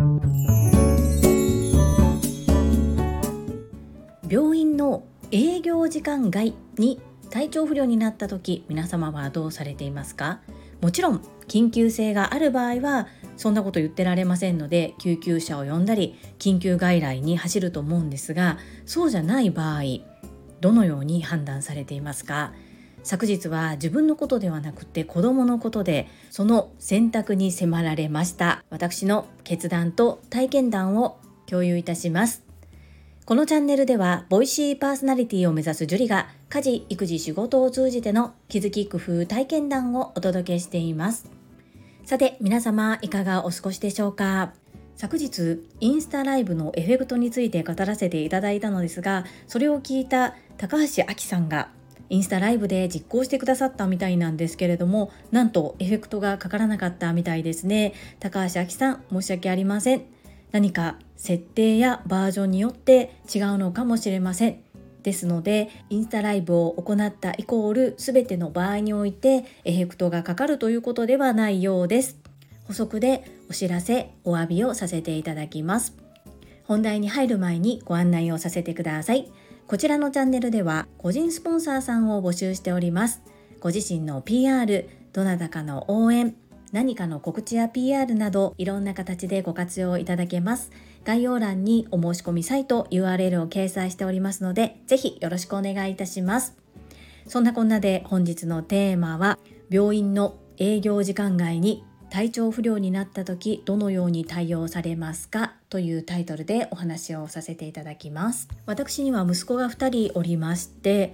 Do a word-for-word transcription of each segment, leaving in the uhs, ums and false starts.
病院の営業時間外に体調不良になった時、皆様はどうされていますか？もちろん緊急性がある場合はそんなこと言ってられませんので、救急車を呼んだり緊急外来に走ると思うんですが、そうじゃない場合どのように判断されていますか？昨日は自分のことではなくて子供のことで、その選択に迫られました。私の決断と体験談を共有いたします。このチャンネルではボイシーパーソナリティを目指すジュリが家事・育児・仕事を通じての気づき・工夫・体験談をお届けしています。さて皆様いかがお過ごしでしょうか？昨日インスタライブのエフェクトについて語らせていただいたのですが、それを聞いた高橋明さんがインスタライブで実行してくださったみたいなんですけれども、なんとエフェクトがかからなかったみたいですね。高橋明さん、申し訳ありません。何か設定やバージョンによって違うのかもしれません。ですのでインスタライブを行ったイコール全ての場合においてエフェクトがかかるということではないようです。補足でお知らせお詫びをさせていただきます。本題に入る前にご案内をさせてください。こちらのチャンネルでは個人スポンサーさんを募集しております。ご自身の ピーアール、どなたかの応援、何かの告知や ピーアール などいろんな形でご活用いただけます。概要欄にお申し込みサイト ユーアールエル を掲載しておりますので、ぜひよろしくお願いいたします。そんなこんなで本日のテーマは、病院の営業時間外に体調不良になった時どのように対応されますかというタイトルでお話をさせていただきます。私には息子がふたりおりまして、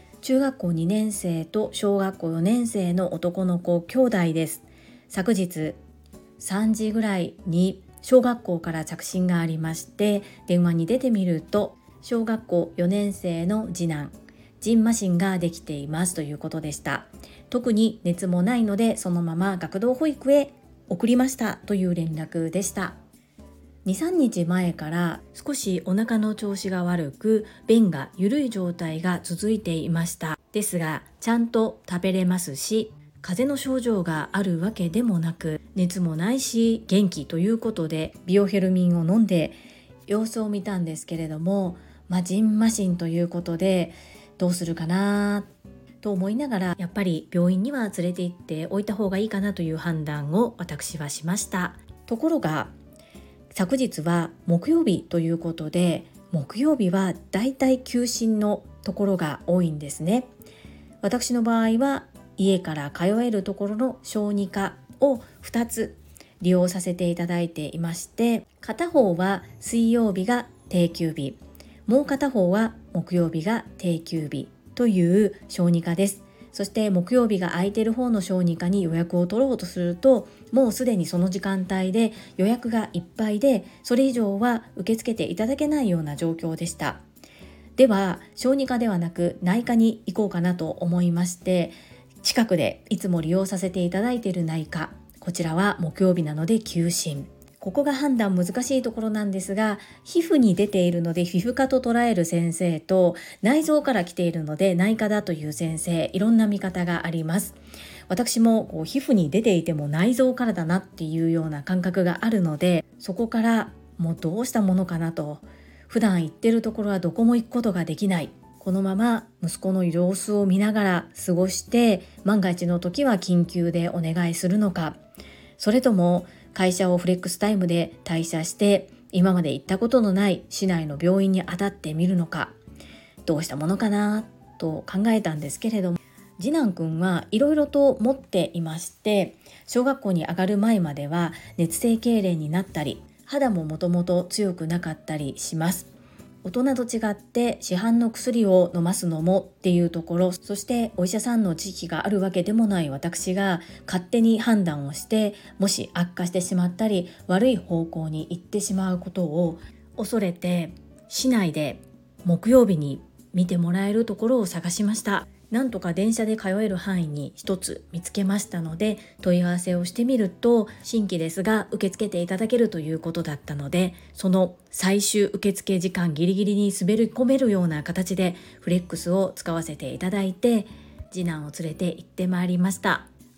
中学校にねん生と小学校よねん生の男の子兄弟です。昨日さんじぐらいに小学校から着信がありまして、電話に出てみると小学校よねん生の次男、じんましんができていますということでした。特に熱もないのでそのまま学童保育へ送りましたという連絡でした。に、さんにちまえから少しお腹の調子が悪く、便が緩い状態が続いていました。ですがちゃんと食べれますし、風邪の症状があるわけでもなく、熱もないし元気ということでビオヘルミンを飲んで様子を見たんですけれども、まあ、じんましんということでどうするかなと思いながら、やっぱり病院には連れて行っておいた方がいいかなという判断を私はしました。ところが昨日は木曜日ということで、木曜日はだいたい休診のところが多いんですね。私の場合は家から通えるところの小児科をふたつ利用させていただいていまして、片方は水曜日が定休日、もう片方は木曜日が定休日という小児科です。そして木曜日が空いている方の小児科に予約を取ろうとすると、もうすでにその時間帯で予約がいっぱいで、それ以上は受け付けていただけないような状況でした。では小児科ではなく内科に行こうかなと思いまして、近くでいつも利用させていただいている内科、こちらは木曜日なので休診。ここが判断難しいところなんですが、皮膚に出ているので皮膚科と捉える先生と、内臓から来ているので内科だという先生、いろんな見方があります。私もこう皮膚に出ていても内臓からだなっていうような感覚があるので、そこからもうどうしたものかなと、普段行ってるところはどこも行くことができない、このまま息子の様子を見ながら過ごして、万が一の時は緊急でお願いするのか、それとも会社をフレックスタイムで退社して今まで行ったことのない市内の病院に当たってみるのか、どうしたものかなと考えたんですけれども、次男くんはいろいろと持っていまして、小学校に上がる前までは熱性痙攣になったり、肌ももともと強くなかったりします。大人と違って市販の薬を飲ますのもっていうところ、そしてお医者さんの知識があるわけでもない私が勝手に判断をして、もし悪化してしまったり悪い方向に行ってしまうことを恐れて、市内で木曜日に見てもらえるところを探しました。なんとか電車で通える範囲に一つ見つけましたので、問い合わせをしてみると、新規ですが受け付けていただけるということだったので、その最終受付時間ギリギリに滑り込めるような形でフレックスを使わせていただいて、次男を連れて行ってまいりました。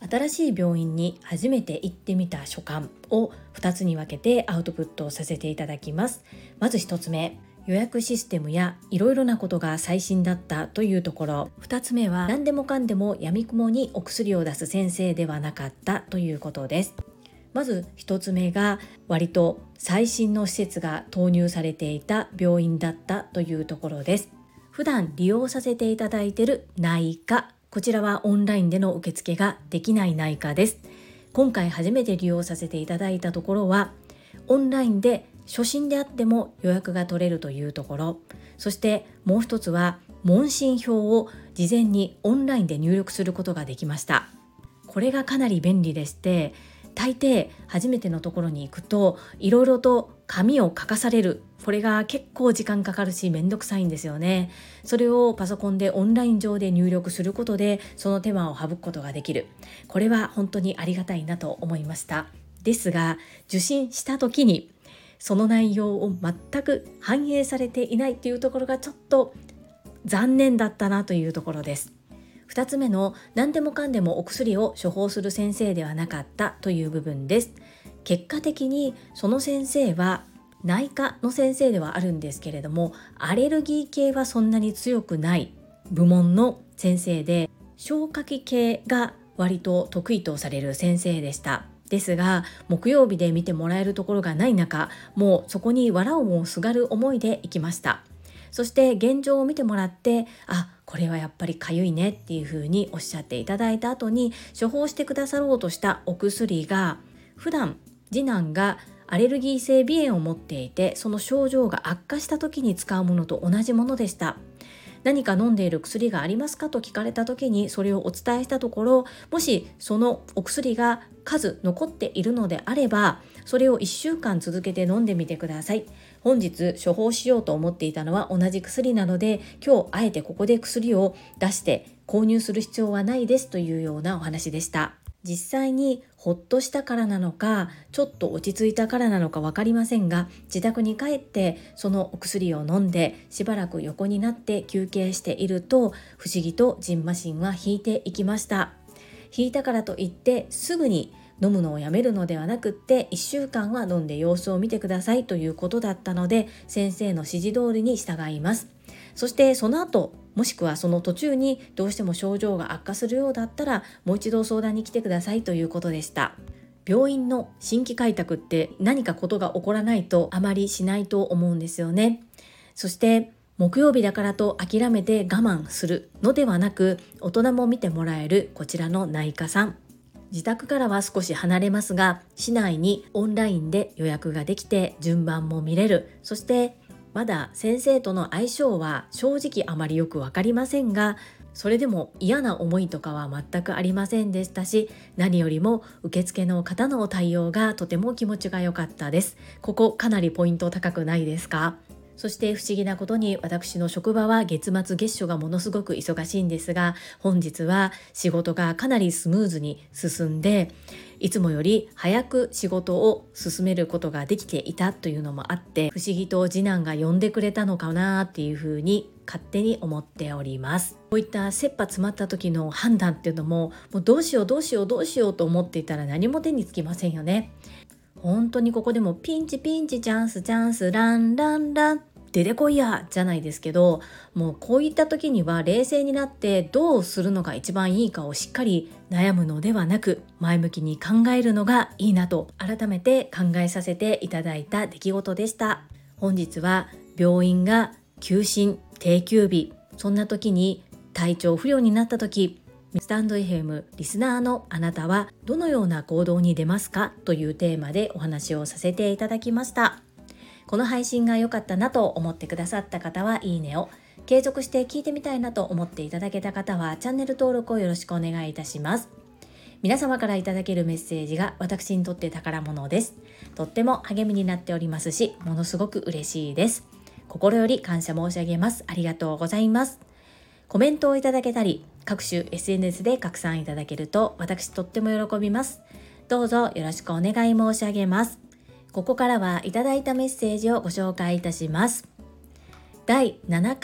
新しい病院に初めて行ってみた所感をふたつに分けてアウトプットをさせていただきます。まずひとつめ、予約システムやいろいろなことが最新だったというところ。ふたつめは何でもかんでもやみくもにお薬を出す先生ではなかったということです。まずひとつめが割と最新の施設が投入されていた病院だったというところです。普段利用させていただいている内科、こちらはオンラインでの受付ができない内科です。今回初めて利用させていただいたところはオンラインで初診であっても予約が取れるというところ、そしてもう一つは問診票を事前にオンラインで入力することができました。これがかなり便利でして、大抵初めてのところに行くといろいろと紙を書かされる、これが結構時間かかるしめんどくさいんですよね。それをパソコンでオンライン上で入力することでその手間を省くことができる。これは本当にありがたいなと思いました。ですが受診した時にその内容を全く反映されていないというところがちょっと残念だったなというところです。ふたつめの何でもかんでもお薬を処方する先生ではなかったという部分です。結果的にその先生は内科の先生ではあるんですけれども、アレルギー系はそんなに強くない部門の先生で、消化器系が割と得意とされる先生でした。ですが木曜日で見てもらえるところがない中、もうそこに藁をもすがる思いで行きました。そして現状を見てもらって、あ、これはやっぱりかゆいねっていうふうにおっしゃっていただいた後に処方してくださろうとしたお薬が、普段次男がアレルギー性鼻炎を持っていて、その症状が悪化した時に使うものと同じものでした。何か飲んでいる薬がありますかと聞かれた時にそれをお伝えしたところ、もしそのお薬が数残っているのであればそれをいっしゅうかん続けて飲んでみてください。本日処方しようと思っていたのは同じ薬なので、今日あえてここで薬を出して購入する必要はないですというようなお話でした。実際にほっとしたからなのか、ちょっと落ち着いたからなのか分かりませんが、自宅に帰ってそのお薬を飲んでしばらく横になって休憩していると、不思議とジンマシンは引いていきました。引いたからといってすぐに飲むのをやめるのではなくって、いっしゅうかんは飲んで様子を見てくださいということだったので、先生の指示通りに従います。そしてその後、もしくはその途中にどうしても症状が悪化するようだったらもう一度相談に来てくださいということでした。病院の新規開拓って何かことが起こらないとあまりしないと思うんですよね。そして木曜日だからと諦めて我慢するのではなく、大人も見てもらえるこちらの内科さん、自宅からは少し離れますが市内にオンラインで予約ができて順番も見れる。そしてまだ先生との相性は正直あまりよくわかりませんが、それでも嫌な思いとかは全くありませんでしたし、何よりも受付の方の対応がとても気持ちが良かったです。ここかなりポイント高くないですか？そして不思議なことに私の職場は月末月初がものすごく忙しいんですが、本日は仕事がかなりスムーズに進んで、いつもより早く仕事を進めることができていたというのもあって、不思議と次男が呼んでくれたのかなっていうふうに勝手に思っております。こういった切羽詰まった時の判断っていうのも、もうどうしようどうしようどうしようと思っていたら何も手につきませんよね。本当にここでもピンチピンチチャンスチャンスランランラン出てこいやじゃないですけど、もうこういった時には冷静になってどうするのが一番いいかをしっかり悩むのではなく、前向きに考えるのがいいなと改めて考えさせていただいた出来事でした。本日は病院が休診定休日、そんな時に体調不良になった時、スタンド エフエム リスナーのあなたはどのような行動に出ますかというテーマでお話をさせていただきました。この配信が良かったなと思ってくださった方はいいねを、継続して聞いてみたいなと思っていただけた方はチャンネル登録をよろしくお願いいたします。皆様からいただけるメッセージが私にとって宝物です。とっても励みになっておりますし、ものすごく嬉しいです。心より感謝申し上げます。ありがとうございます。コメントをいただけたり、各種 エスエヌエス で拡散いただけると私とっても喜びます。どうぞよろしくお願い申し上げます。ここからはいただいたメッセージをご紹介いたします。だいななかい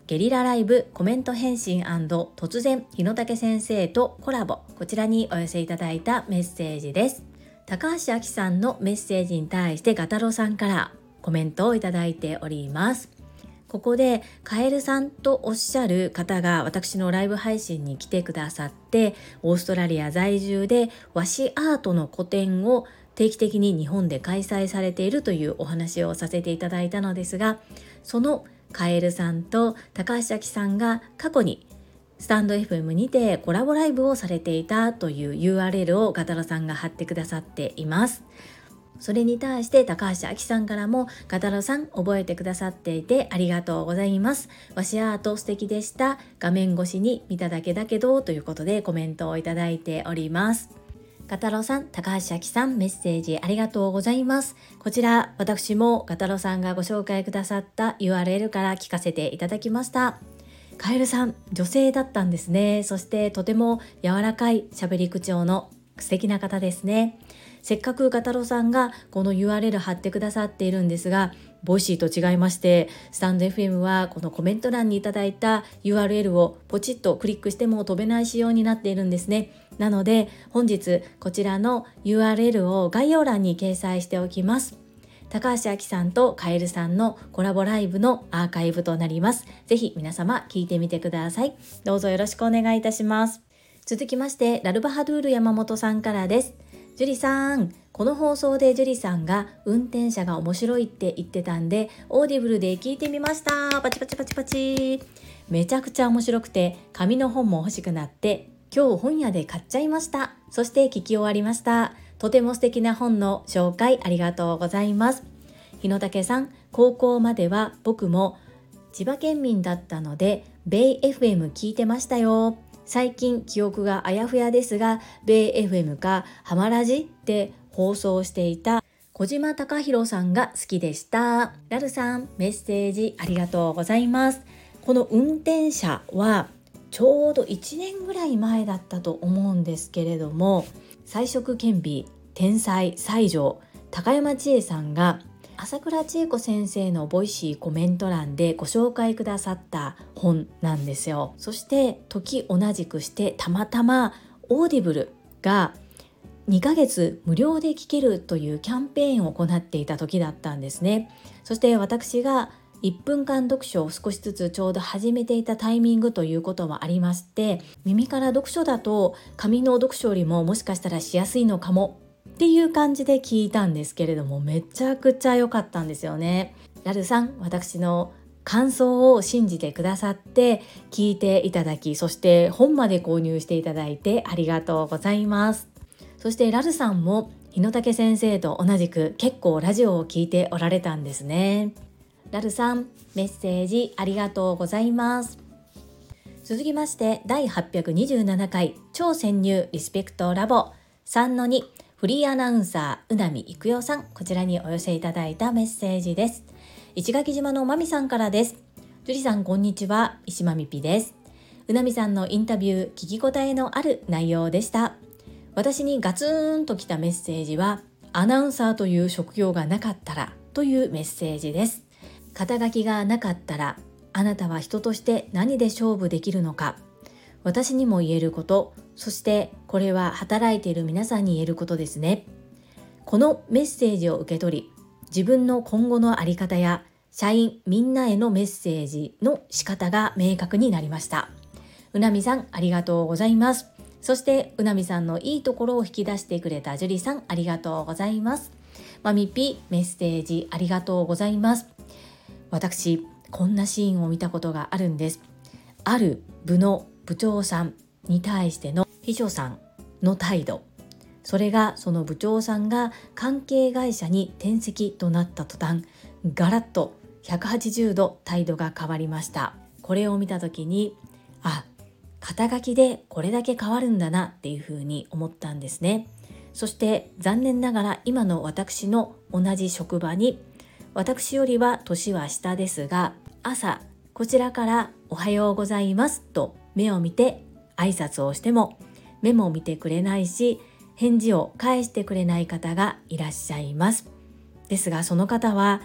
ゲリラライブコメント返信&突然日野武先生とコラボ、こちらにお寄せいただいたメッセージです。高橋明さんのメッセージに対してガタロさんからコメントをいただいております。ここでカエルさんとおっしゃる方が私のライブ配信に来てくださって、オーストラリア在住で和紙アートの個展を定期的に日本で開催されているというお話をさせていただいたのですが、そのカエルさんと高橋明さんが過去にスタンド エフエム にてコラボライブをされていたという ユーアールエル をガタロさんが貼ってくださっています。それに対して高橋明さんからも、ガタロさん覚えてくださっていてありがとうございます。和紙アート素敵でした。画面越しに見ただけだけどということでコメントをいただいております。ガタロさん、高橋明さん、メッセージありがとうございます。こちら私もガタロさんがご紹介くださった ユーアールエル から聞かせていただきました。カエルさん、女性だったんですね。そしてとても柔らかい喋り口調の素敵な方ですね。せっかくガタロさんがこの ユーアールエル 貼ってくださっているんですが、ボイシーと違いまして、スタンド エフエム はこのコメント欄にいただいた ユーアールエル をポチッとクリックしても飛べない仕様になっているんですね。なので本日こちらの ユーアールエル を概要欄に掲載しておきます。高橋明さんとカエルさんのコラボライブのアーカイブとなります。ぜひ皆様聞いてみてください。どうぞよろしくお願いいたします。続きましてラルバハドゥール山本さんからです。ジュリさん、この放送でジュリさんが運転者が面白いって言ってたんでオーディブルで聞いてみました。パチパチパチパチ。めちゃくちゃ面白くて紙の本も欲しくなって今日本屋で買っちゃいました。そして聞き終わりました。とても素敵な本の紹介ありがとうございます。日野武さん、高校までは僕も千葉県民だったのでベイ エフエム 聞いてましたよ。最近記憶があやふやですが、ベイ エフエム かハマラジで放送していた小島貴弘さんが好きでした。ラルさん、メッセージありがとうございます。この運転者はちょうどいちねんぐらい前だったと思うんですけれども、才色兼備天才才女高山千恵さんが朝倉千恵子先生のボイシーコメント欄でご紹介くださった本なんですよ。そして時同じくしてたまたまオーディブルがにかげつ無料で聞けるというキャンペーンを行っていた時だったんですね。そして私がいっぷんかん読書を少しずつちょうど始めていたタイミングということもありまして、耳から読書だと紙の読書よりももしかしたらしやすいのかもっていう感じで聞いたんですけれども、めちゃくちゃ良かったんですよね。ラルさん、私の感想を信じてくださって聞いていただき、そして本まで購入していただいてありがとうございます。そしてラルさんも日野武先生と同じく結構ラジオを聞いておられたんですね。ラルさん、メッセージありがとうございます。続きましてだいはっぴゃくにじゅうななかい超潜入リスペクトラボ さんのに フリーアナウンサーうなみいくよさん、こちらにお寄せいただいたメッセージです。石垣島のまみさんからです。ジュリさんこんにちは、石まみぴです。うなみさんのインタビュー聞き応えのある内容でした。私にガツンときたメッセージは、アナウンサーという職業がなかったらというメッセージです。肩書きがなかったらあなたは人として何で勝負できるのか。私にも言えること、そしてこれは働いている皆さんに言えることですね。このメッセージを受け取り、自分の今後の在り方や社員みんなへのメッセージの仕方が明確になりました。うなみさんありがとうございます。そしてうなみさんのいいところを引き出してくれたジュリさんありがとうございます。まみぴメッセージありがとうございます。私こんなシーンを見たことがあるんです。ある部の部長さんに対しての秘書さんの態度、それがその部長さんが関係会社に転籍となった途端、ガラッとひゃくはちじゅうど態度が変わりました。これを見た時に、あ、肩書きでこれだけ変わるんだなっていうふうに思ったんですね。そして残念ながら今の私の同じ職場に、私よりは年は下ですが、朝こちらからおはようございますと目を見て挨拶をしても目も見てくれないし、返事を返してくれない方がいらっしゃいます。ですがその方は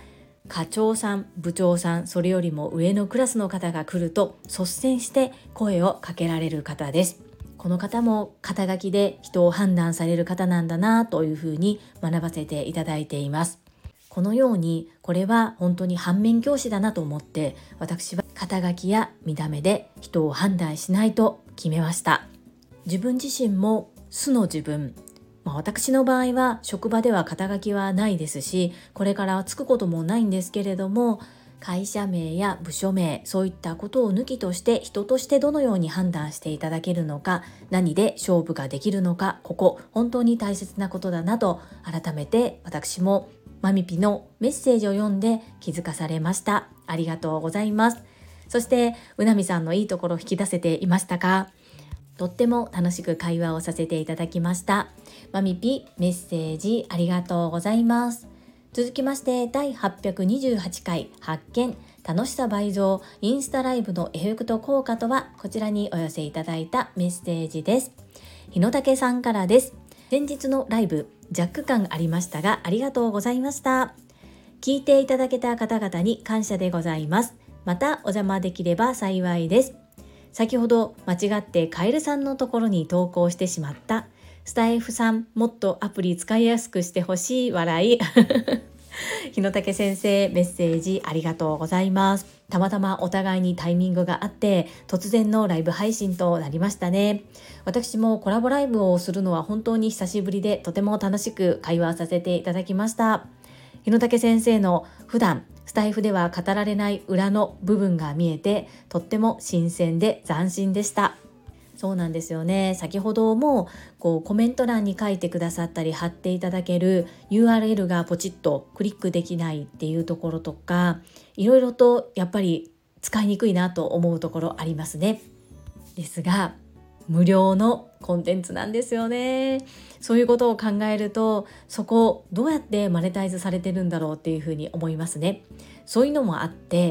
課長さん、部長さん、それよりも上のクラスの方が来ると率先して声をかけられる方です。この方も肩書きで人を判断される方なんだなというふうに学ばせていただいています。このようにこれは本当に反面教師だなと思って、私は肩書きや見た目で人を判断しないと決めました。自分自身も素の自分、まあ、私の場合は職場では肩書きはないですし、これからつくこともないんですけれども、会社名や部署名、そういったことを抜きとして人としてどのように判断していただけるのか、何で勝負ができるのか、ここ本当に大切なことだなと改めて私もマミピのメッセージを読んで気づかされました。ありがとうございます。そしてうなみさんのいいところを引き出せていましたか？とっても楽しく会話をさせていただきました。マミピメッセージありがとうございます。続きましてだいはっぴゃくにじゅうはちかい発見楽しさ倍増インスタライブのエフェクト効果とは、こちらにお寄せいただいたメッセージです。日野武さんからです。先日のライブ若干ありましたがありがとうございました。聞いていただけた方々に感謝でございます。またお邪魔できれば幸いです。先ほど間違ってカエルさんのところに投稿してしまった。スタイフさんもっとアプリ使いやすくしてほしい笑い日野武先生メッセージありがとうございます。たまたまお互いにタイミングがあって突然のライブ配信となりましたね。私もコラボライブをするのは本当に久しぶりで、とても楽しく会話させていただきました。日野武先生の普段スタイフでは語られない裏の部分が見えて、とっても新鮮で斬新でした。そうなんですよね。先ほどもこうコメント欄に書いてくださったり貼っていただける ユーアールエル がポチッとクリックできないっていうところとか、いろいろとやっぱり使いにくいなと思うところありますね。ですが無料のコンテンツなんですよね。そういうことを考えると、そこどうやってマネタイズされてるんだろうっていうふうに思いますね。そういうのもあって、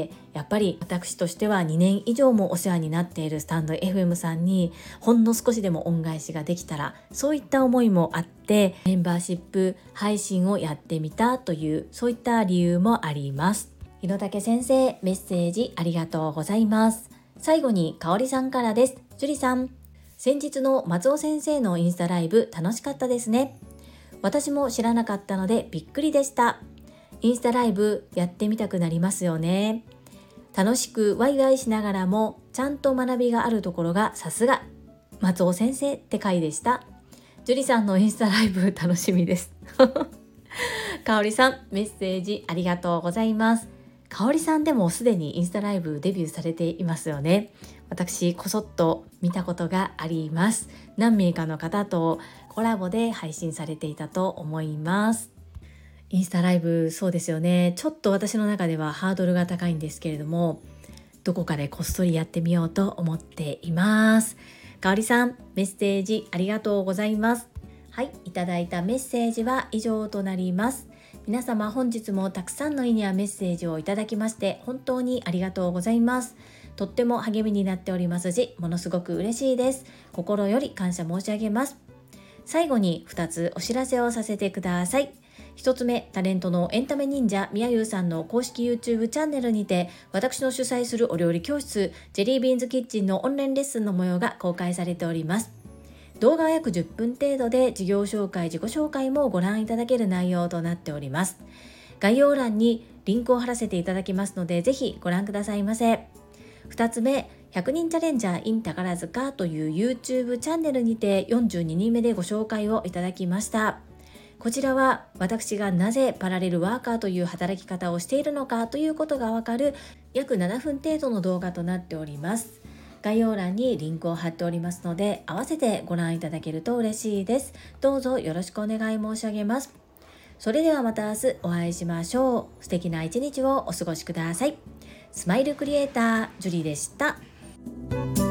やっぱり私としてはにねん以上もお世話になっているスタンド エフエム さんにほんの少しでも恩返しができたら、そういった思いもあってメンバーシップ配信をやってみたという、そういった理由もあります。日野武先生メッセージありがとうございます。最後にかおりさんからです。ジュリさん、先日の松尾先生のインスタライブ楽しかったですね。私も知らなかったのでびっくりでした。インスタライブやってみたくなりますよね。楽しくワイワイしながらもちゃんと学びがあるところがさすが松尾先生って回でした。ジュリさんのインスタライブ楽しみですかおりさんメッセージありがとうございます。かおりさんでもすでにインスタライブデビューされていますよね。私こそっと見たことがあります。何名かの方とコラボで配信されていたと思います。インスタライブ、そうですよね。ちょっと私の中ではハードルが高いんですけれども、どこかでこっそりやってみようと思っています。かおりさんメッセージありがとうございます。はい、いただいたメッセージは以上となります。皆様本日もたくさんのいいねやメッセージをいただきまして本当にありがとうございます。とっても励みになっておりますし、ものすごく嬉しいです。心より感謝申し上げます。最後にふたつお知らせをさせてください。ひとつめ、タレントのエンタメ忍者みやゆうさんの公式 YouTube チャンネルにて、私の主催するお料理教室ジェリービーンズキッチンのオンラインレッスンの模様が公開されております。動画は約じゅっぷん程度で、事業紹介自己紹介もご覧いただける内容となっております。概要欄にリンクを貼らせていただきますので、ぜひご覧くださいませ。ふたつめ、ひゃくにんチャレンジャー in 宝塚という YouTube チャンネルにてよんじゅうににんめでご紹介をいただきました。こちらは私がなぜパラレルワーカーという働き方をしているのかということがわかる約ななふん程度の動画となっております。概要欄にリンクを貼っておりますので、合わせてご覧いただけると嬉しいです。どうぞよろしくお願い申し上げます。それではまた明日お会いしましょう。素敵な一日をお過ごしください。スマイルクリエイタージュリでした。